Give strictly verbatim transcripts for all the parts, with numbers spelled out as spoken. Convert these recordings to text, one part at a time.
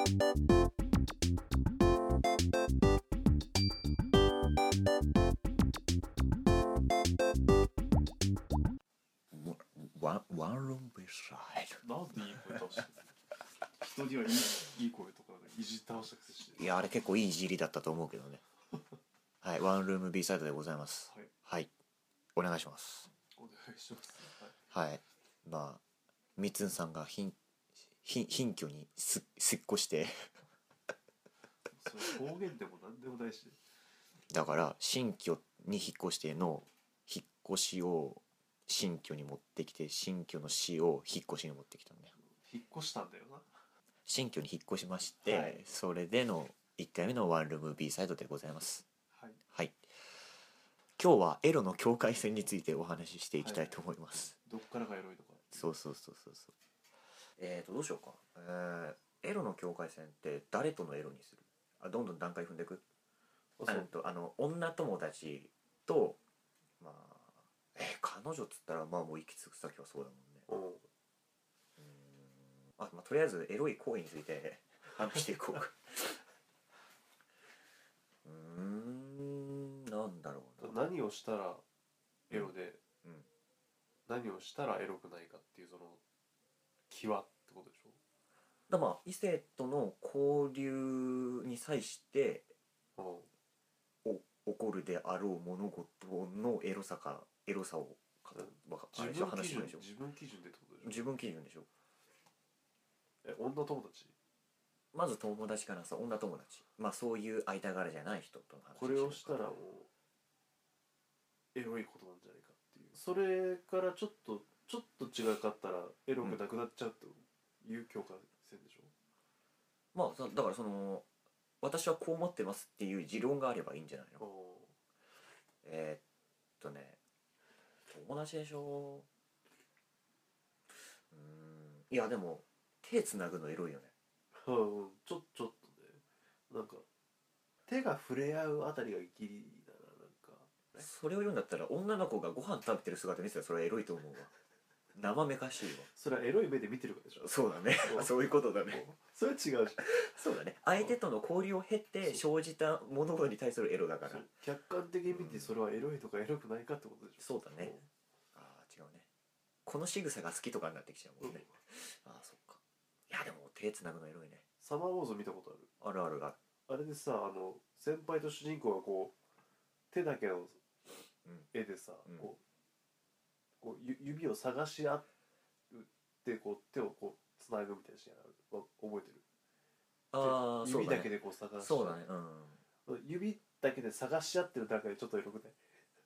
ワンワンルームベースサイド。 なんでいい声倒してる人にはいい、いい声とかいじって倒したくせして。 いやあれ結構いいいじりだったと思うけどねはい、ワンルーム B サイドでございます。 はい、 はい、お願いします。 お願いします。 はい、はい、まあみつんさんが貧貧貧居にすすっ越してそれ方言でもなんでもないし。 だから新居に引っ越しての引っ越しを新居に持ってきて、新居の死を引っ越しに持ってきたんだよ。 引っ越したんだよな。 新居に引っ越しまして、 はい、 それでのいっかいめのワンルーム B サイドでございます。 はい、 はい、今日はエロの境界線についてお話ししていきたいと思います。 はい、どっからがエロいのか。 そうそうそうそうそう。えーとどうしようか。えー、エロの境界線って誰とのエロにする？あ、どんどん段階踏んでいく。あとあの女友達と、まあえー、彼女っつったらまあもう行き着く先はそうだもんね。うん、あ、まあ、とりあえずエロい行為について話していこうかうーん、なんだろうな。 何をしたらエロで、 うんうん、 何をしたらエロくないかっていうその際ってことでしょ。 だまあ異性との交流に際してお起こるであろう物事のエロさかエロさをか自分基準自分基準でってことでしょ。 自分基準でしょ。 え、女友達。 まず友達からさ、女友達、まあそういう間柄じゃない人との話。 これをしたらもうエロいことなんじゃないかっていう。それからちょっとちょっと違かったらエロくなくなっちゃうという境界線でしょ。 うん、まあだからその私はこう思ってますっていう持論があればいいんじゃないの。えー、っとね友達でしょ。うーん、いやでも手つなぐのエロいよね。 うん、ちょちょっとね、なんか手が触れ合うあたりがギリだな。なんかそれを言うんだったら女の子がご飯食べてる姿見せたらそれはエロいと思うわ。生めかしいわ。 それはエロい目で見てるからでしょ。 そうだねそういうことだね。 それは違うじゃん。 そうだね、相手との交流を経て生じた物事に対するエロだから。 客観的に見てそれはエロいとかエロくないかってことでしょ。 そうだね。ああ違うね、この仕草が好きとかになってきちゃうもんね。ああそっか。いやでも手つなぐのエロいね。 サマーウォーズ見たことある？ あるあるある。 あれでさ、あの先輩と主人公がこう手だけの絵でさ、うん、こうこう指を探し合ってこう手をこうつなぐみたいなシーンある。覚えてる？ ああ、 指だけでこう探し合って、 そうだね、うん、 指だけで探し合ってる中でちょっとエロくない？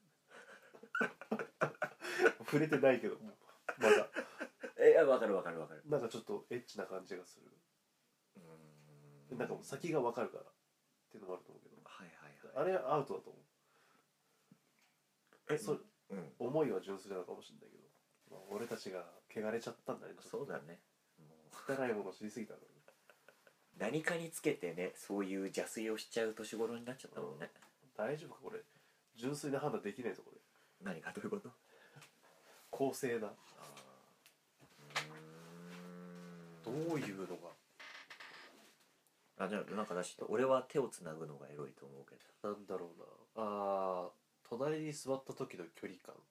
触れてないけどもまだえ、分かる分かる分かる。 なんかちょっとエッチな感じがする。うん、なんかもう先が分かるからっていうのもあると思うけど、 はいはいはい、 あれはアウトだと思う。 えそ、 うん、 思いは純粋なのかもしれないけど、まあ、俺たちが汚れちゃったんだね。 そうだね、 もう汚いものを知りすぎたのに何かにつけてね、そういう邪推をしちゃう年頃になっちゃったもんね、 うん、大丈夫かこれ。純粋な判断できないぞこれ。 何かどういうこと？ 公正だ。 あうーん、どういうのが。 あ、じゃあなんか出して、俺は手をつなぐのがエロいと思うけど、なんだろうな、あー、隣に座った時の距離感、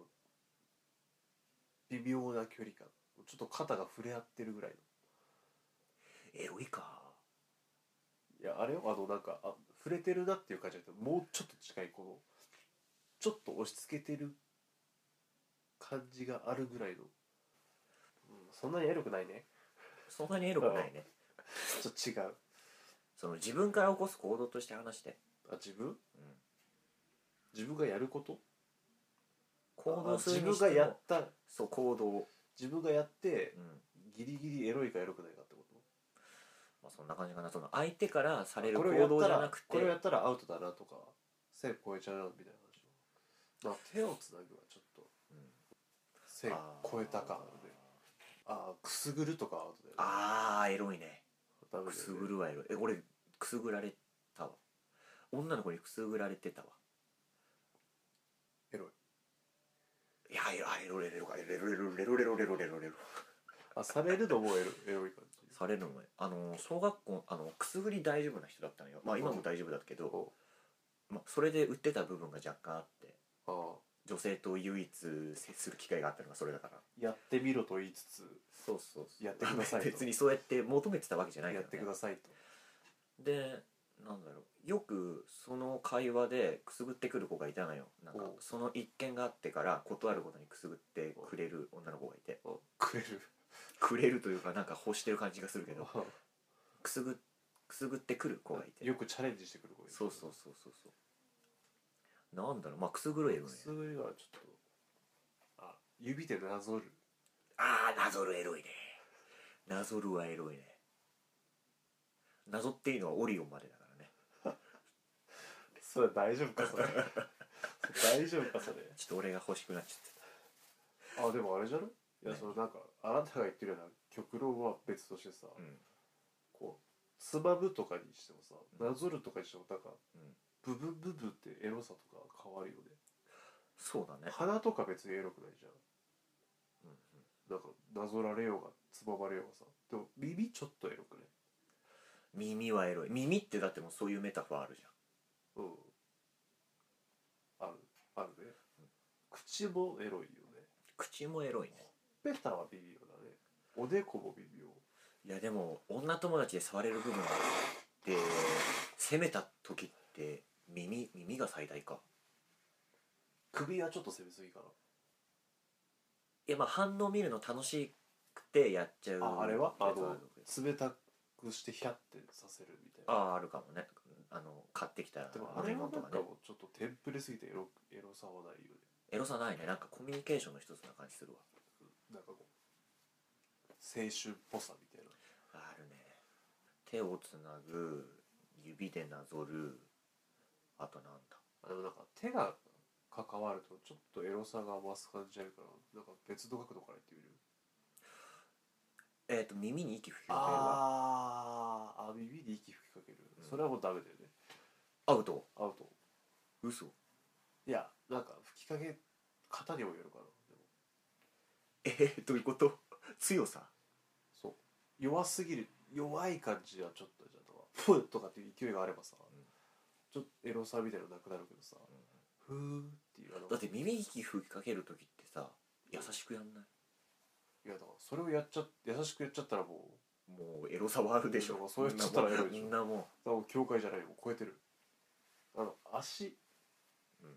微妙な距離感、ちょっと肩が触れ合ってるぐらいの。 エロいか。 いやあれよ、あのなんかあ触れてるなっていう感じじゃなくて、もうちょっと近い、このちょっと押し付けてる感じがあるぐらいの、うん、そんなにエロくないね。 そんなにエロくないね。 ちょっと違う。 その自分から起こす行動として話して。 あ、自分？うん、自分がやること？ 行動するにしても、自分がやった、 そう行動、 自分がやって、 うん、 ギリギリエロいかエロくないかってこと？ まあそんな感じかな。その相手からされる行動じゃなくて、 これをやったらアウトだなとか線越えちゃうなみたいな話を、まあ、手をつなぐはちょっと、うん、線越えたかあるね。ああ、くすぐるとかアウトだよね。 ああエロいね。 ダメだよね。 くすぐるはエロい。え、俺くすぐられたわ。女の子にくすぐられてたわ。 エロい。 いやエロエロエロエロエロエロエロエロエロエロエロエロ。 あ、されるのもエロエロい感じ。 されるのね。あの小学校あのくすぐり大丈夫な人だったのよ。まあ今も大丈夫だけど、まあ、それで売ってた部分が若干あって、 ああ女性と唯一接する機会があったのがそれだから。 やってみろと言いつつそうそうそう、 やってくださいと別にそうやって求めてたわけじゃないから、ね、 やってくださいと。 でなんだろう、よくその会話でくすぐってくる子がいたのよ。なんかその一件があってから断ることにくすぐってくれる女の子がいて、 くれるくれるというかなんか欲してる感じがするけどくすぐくすぐってくる子がいて、 よくチャレンジしてくる子がいる。 そうそうそうそうそう、なんだろう、まあくすぐるエロね。 くすぐりはちょっとあ指でなぞる。 ああ、なぞるエロいね。なぞるはエロいね。なぞっていいのはオリオンまでだからね。 それ大丈夫かそれ大丈夫かそれ。 ちょっと俺が欲しくなっちゃっあでもあれじゃない。いや、 ね、 そのなんかあなたが言ってるような極論は別としてさ、 うん、 こうつまむとかにしてもさ、なぞるとかにしてもなんか、 うん、 ブブブブってエロさとか変わるよね。 そうだね。 鼻とか別にエロくないじゃん。 うんうん、 なんかなぞられようがつままれようがさ、でも耳ちょっとエロくね。 耳はエロい。耳ってだってもうそういうメタファーあるじゃん。 うん。あるあるね。うん、口もエロいよね。 口もエロいね。 ほっぺたは微妙だね。おでこも微妙。 いやでも女友達で触れる部分で攻めた時って耳耳が最大か。 首はちょっと攻めすぎかな。 いやまあ反応見るの楽しくてやっちゃう。 ああれはあのる冷たくしてヒャってさせるみたいな。 あああるかもね。あの買ってきたでもあれはなんか飲み物とかね。 もうちょっとテンプレすぎてエロエロさはないよね。 エロさないね。なんかコミュニケーションの一つな感じするわ。 なんかこう青春っぽさみたいな。 あるね。手をつなぐ、指でなぞる、あとなんだ。 あでもなんか手が関わるとちょっとエロさが増す感じあるから、なんか別の角度から言ってみる。 えっ、ー、と耳に息吹きかけるわ。 あーあ耳に息吹きかける、 うん、 それはもうダメだよね。 アウト。 アウト。 嘘。 いやなんか吹きかけ方にもよるかな。 でもえー、どういうこと？強さ。 そう弱すぎる、弱い感じはちょっとじゃあプッとかっていう勢いがあればさ、うん、ちょっとエロさみたいなのなくなるけどさ、うん、ふーっていうあのだって耳息吹きかける時ってさ優しくやんない？ いやだからそれをやっちゃ優しくやっちゃったらもうもうエロさはあるでしょ。 そうやっちゃったらエロいでしょ。 みんなもうもう境界じゃないよ、超えてる。あの足、うん、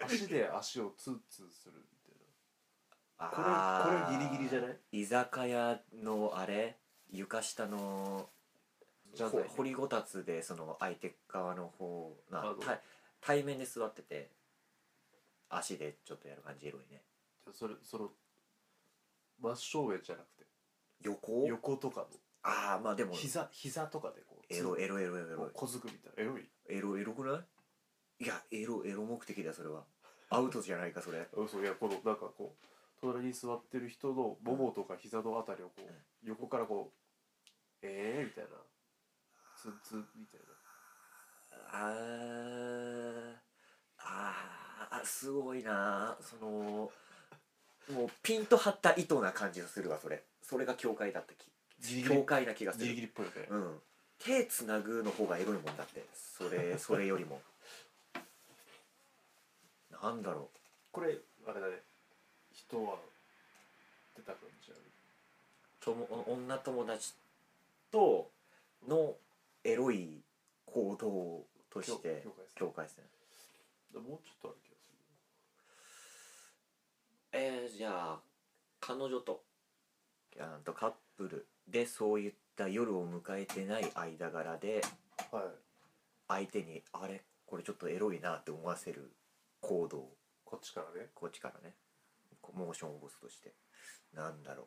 足で足をツーツーするみたいな。これこれギリギリじゃない？ 居酒屋のあれ床下のじゃあ掘りごたつでその相手側の方な対面で座ってて足でちょっとやる感じエロいね。 それその真正面じゃなくて横横とかのああまあでも膝膝とかでこうエロエロエロエロエロ小づくみたいなエロいエロエロくない？いやエロエロ目的だよそれは。アウトじゃないかそれ。 嘘。いやこのなんかこう隣に座ってる人のももとか膝のあたりをこう、うん、横からこうええー、みたいなツンツンみたいな。あーあーすごいな。そのもうピンと張った糸な感じがするわそれ。それが境界だった気境界な気がする。 ギリギリっぽいよね。 うん。手つなぐの方がエロいもんだってそれそれよりもなんだろうこれあれだね。人は出た感じある。 とも女友達とのエロい行動として境界線。 もうちょっとある気がする。えー、じゃあ彼女とあとカップルでそういった夜を迎えてない間柄で、 はい、 相手にあれこれちょっとエロいなって思わせる行動。 こっちからね。 こっちからね。モーションを起こすとしてなんだろ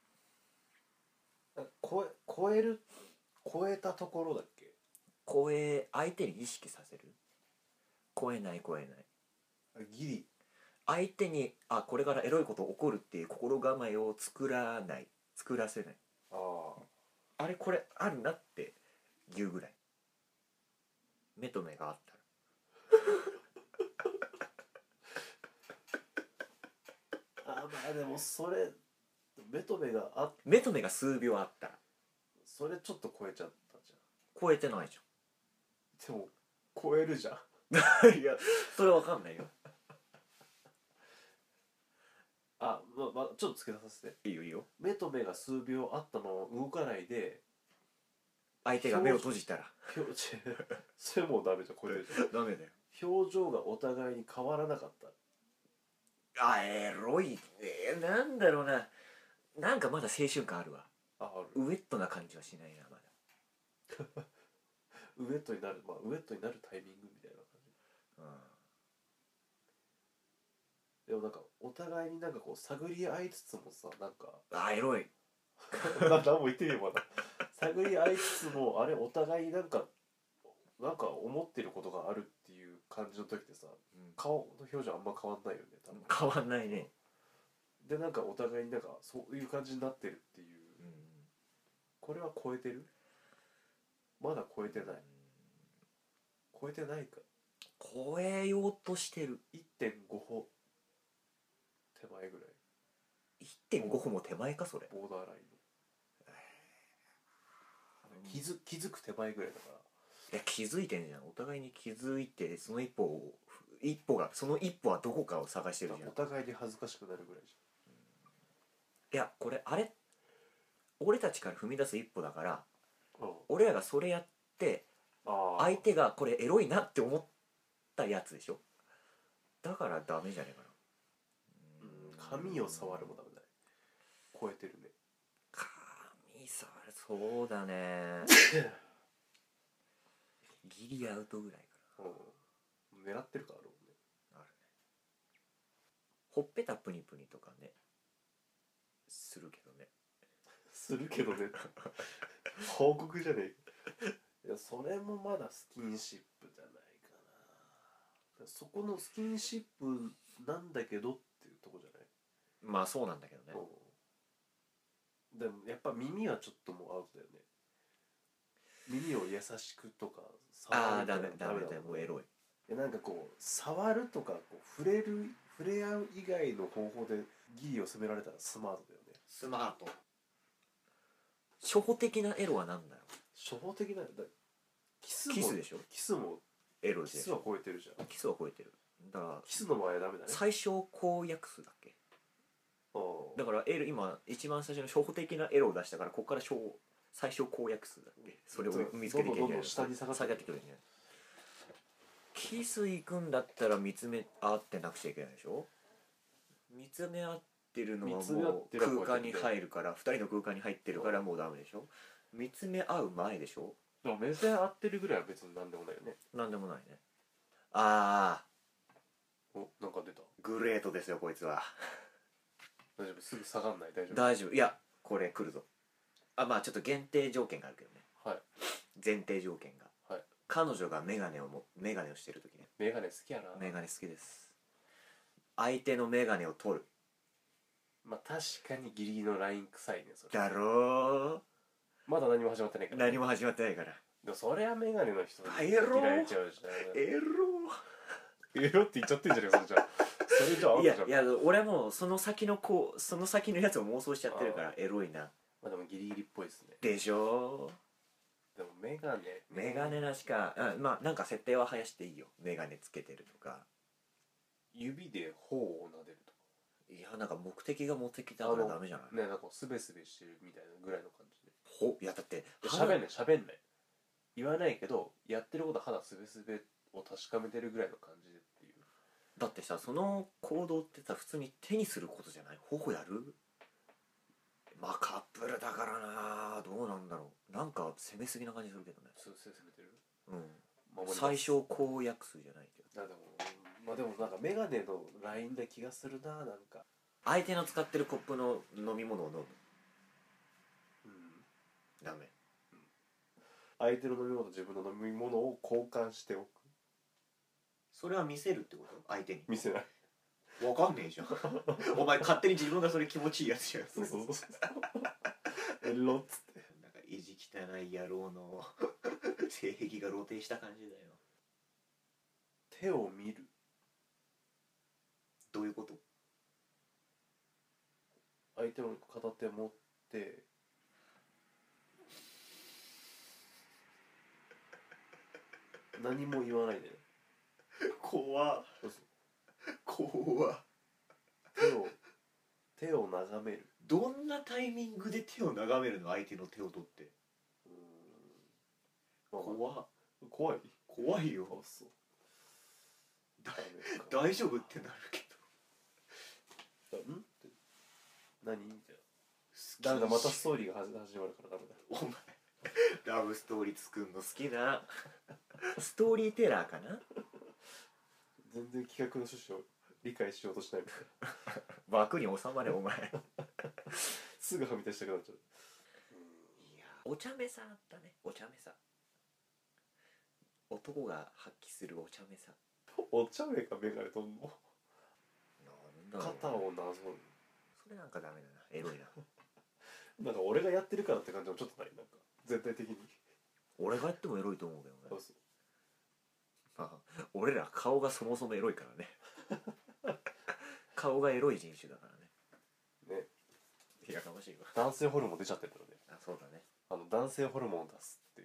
う。超え超える超えたところだっけ？ 超え相手に意識させる。超えない超えない。 ギリ。 相手にあこれからエロいこと起こるっていう心構えを作らない作らせない。 ああれこれあるなって言うぐらい。目と目があったらあまあでもそれ目と目があ目と目が数秒あったらそれちょっと超えちゃったじ超えてないじゃん。でも超えるじゃん。 ゃんいやそれわかんないよ。 あ、ままちょっと付け足させて。 いいよいいよ。 目と目が数秒あったのを動かないで、 相手が目を閉じたら表情それもうダメじゃん、超えてるじゃん。 ダメだよ。 表情がお互いに変わらなかった。 あ、エロい、えー、なんだろうな、なんかまだ青春感あるわ。 あ、ある。 ウエットな感じはしないなまだ。 ウエットになる、まあウエットになるタイミングみたいな感じ。 うでもなんかお互いになんかこう探り合いつつもさ、なんかん、あ、エロい。 な何も言ってねえよまだ。探り合いつつもあれお互いになんかなんか思ってることがあるっていう感じの時ってさ、 うん、 顔の表情あんま変わんないよね多分。 変わんないね。 でなんかお互いになんかそういう感じになってるっていう、 うん、 これは超えてる？まだ超えてない。超えてないか。 超えようとしてる。 いってんご 歩手前ぐらい。 いってんご 歩も手前かそれ。 ボーダーラインの気づ気づく手前ぐらいだから。 いや気づいてんじゃん。お互いに気づいてその一歩を一歩がその一歩はどこかを探してるじゃん。 お互いに恥ずかしくなるぐらいじいやこれあれ俺たちから踏み出す一歩だから、 ゃん。うん、 俺らがそれやってあ相手がこれエロいなって思ったやつでしょ。だからダメじゃねえかな。 うん、髪を触るもダメだね。超えてるね。 髪触る、そうだねギリアウトぐらいかうん、狙ってるからあるもんね。 な。あるね。ほっぺたプニプニとかねするけどね。 するけどね報告じゃねえ。いやそれもまだスキンシップじゃないかな。そこのスキンシップなんだけどっていうとこじゃない。 まあそうなんだけどね。 うん、でもやっぱ耳はちょっともうアウトだよね。耳を優しくとかああダメダメだだよ、もうエロい。 いやなんかこう触るとかこう触れる触れ合う以外の方法でギリを攻められたらスマートだよね。 スマート。初歩的なエロは何だろう。 初歩的なだキスもキスでしょ。 キスもエロでしょ。 キスは超えてるじゃん。 キスは超えてる。だからキスの場合はダメだね。 最小公約数だっけ。 うんだからエロ今一番最初の初歩的なエロを出したからここから小最小公約数だっけ。それを見つけていける。 どんどんどんどん下に下がって下がってくるね。キス行くんだったら見つめ合ってなくちゃいけないでしょ。見つめ合ってるのはもう空間に入るからふたりの空間に入ってるからもうダメでしょ。見つめ合う前でしょ。 でも目線合ってるぐらいは別に何でもないよね。 なんでもないね。ああお、なんか出た。 グレートですよこいつは。 大丈夫、すぐ下がんない。大丈夫。 大丈夫。いやこれ来るぞ。あ、まあちょっと限定条件があるけどね。 はい。 前提条件が、 はい、 彼女がメガネをもメガネをしてる時ね。 メガネ好きやな。 メガネ好きです。相手のメガネを取る。 まあ確かにギリギリのライン臭いねそれ。 だろう。 まだ何も始まってないから、 何も始まってないから。 でもそれはメガネの人にエロ嫌られちゃうじゃん。 エロエロって言っちゃってんじゃねえかそれじゃそれじゃあいやいや俺もその先のこうその先のやつを妄想しちゃってるからエロいな。 まあでもギリギリっぽいですね。 でしょ。 でもメガネメガネなしか、うん、まあなんか設定は生やしていいよ。メガネつけてるとか指で頬を撫でるとか。 いやなんか目的が目的だからダメじゃない。 ね、なんかスベスベしてるみたいなぐらいの感じで。 ほいやだって喋んない喋んない言わないけどやってることは肌スベスベを確かめてるぐらいの感じでっていう。 だってさその行動ってさ普通に手にすることじゃない。頬やる。まあカップルだからなどうなんだろう。なんか攻めすぎな感じするけどね。 そう攻めてる。 うん最小公約数じゃないけど。 あでもまあでもなんかメガネのラインな気がするな。なんか相手の使ってるコップの飲み物を飲む。 うんダメ。 相手の飲み物と自分の飲み物を交換しておく。 それは見せるってこと。相手に見せない。 わかんねえじゃんお前勝手に自分がそれ気持ちいいやつじゃん。 そうそうそうエロっつってなんか意地汚い野郎の性癖が露呈した感じだよ。 手を見る。 どういうこと。 相手の片手持って何も言わないでね。 怖っそうそう怖っ手を手を眺める。 どんなタイミングで手を眺めるの、相手の手を取って。 うーん、まあ、 怖っ怖い怖いよ。 そうだダメか大丈夫ってなるけど。 んって何みたいな。ダメだ、またストーリーが始まるからダメだ。 お前ラブストーリー作るの好きなストーリーテラーかな。 全然企画の趣旨を理解しようとしない枠に収まれお前すぐはみ出したくなっちゃう。 いやお茶目さあったね。お茶目さ、男が発揮するお茶目さ。 お茶目かメガネとんのなんだろう肩をなぞる。 それなんかダメだな、エロいななんか俺がやってるからって感じもちょっとない。なんか全体的に俺がやってもエロいと思うけどね。 そうそうまあ俺ら顔がそもそもエロいからね顔がエロい人種だからね。 ね、 いやかましいわ。 男性ホルモン出ちゃってるのね。 あ、そうだね。 あの男性ホルモンを出すっていう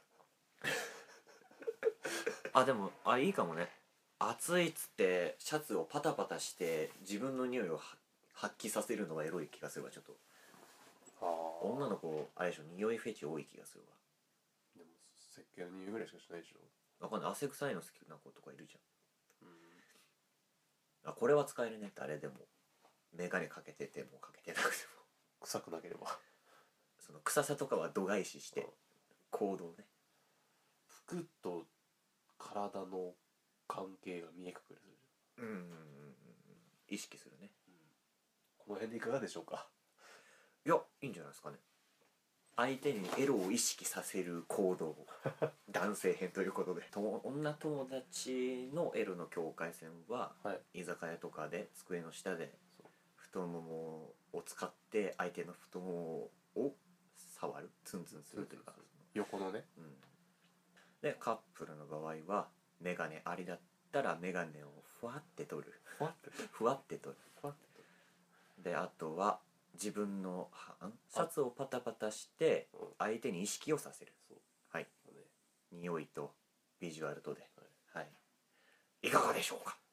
あ、でもあいいかもね。暑いっつってシャツをパタパタして自分の匂いを発揮させるのはエロい気がするわ。ちょっとあ女の子あれでしょ、匂いフェチ多い気がするでも石鹸の匂いぐらいしかしないでしょ。 わ。わかんない、汗臭いの好きな子とかいるじうんゃん。あ、これは使えるね。誰でもメガネかけててもかけてなくても臭くなければその臭さとかは度外視して行動ね。 服と体の関係が見え隠れする。 うんうんうんうん、意識するね。 この辺でいかがでしょうか。 いや、いいんじゃないですかね。相手にエロを意識させる行動男性編ということで、と女友達のエロの境界線は、 はい、 居酒屋とかで机の下で太ももを使って相手の太ももを触る、ツンツンするというか、 横のね、 うん、でカップルの場合はメガネありだったらメガネをふわって取る、 ふわってふわって取るふわってで、あとは自分のシャツをパタパタして相手に意識をさせる。 そう、 はい、 ね、 匂いとビジュアルとで、はい、はい、いかがでしょうか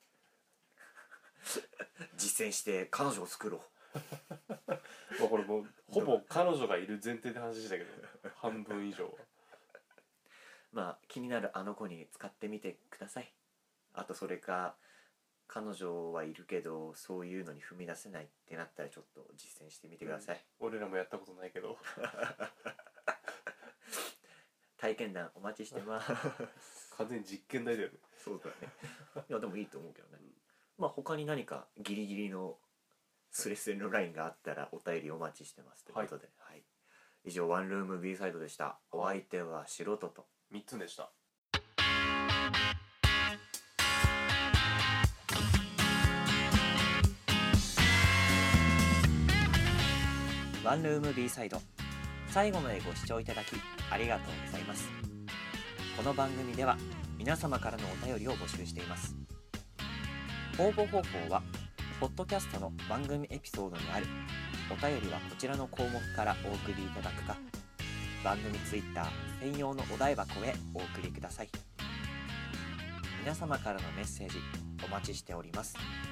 実践して彼女を作ろうまあこれもうほぼ彼女がいる前提で話したけど半分以上はまあ気になるあの子に使ってみてください。あとそれか彼女はいるけどそういうのに踏み出せないってなったらちょっと実践してみてください、 うん、俺らもやったことないけど体験談お待ちしてます完全に実験台だよね。 そうだね。いやでもいいと思うけどね、うん、まあ他に何かギリギリのスレスレのラインがあったらお便りお待ちしてますということで、はいはい、以上ワンルーム B サイドでした。お相手は素人とみっつでした。 ワンルーム B サイド、最後までご視聴いただきありがとうございます。この番組では皆様からのお便りを募集しています。応募方法はポッドキャストの番組エピソードにあるお便りはこちらの項目からお送りいただくか、番組ツイッター専用のお題箱へお送りください。皆様からのメッセージお待ちしております。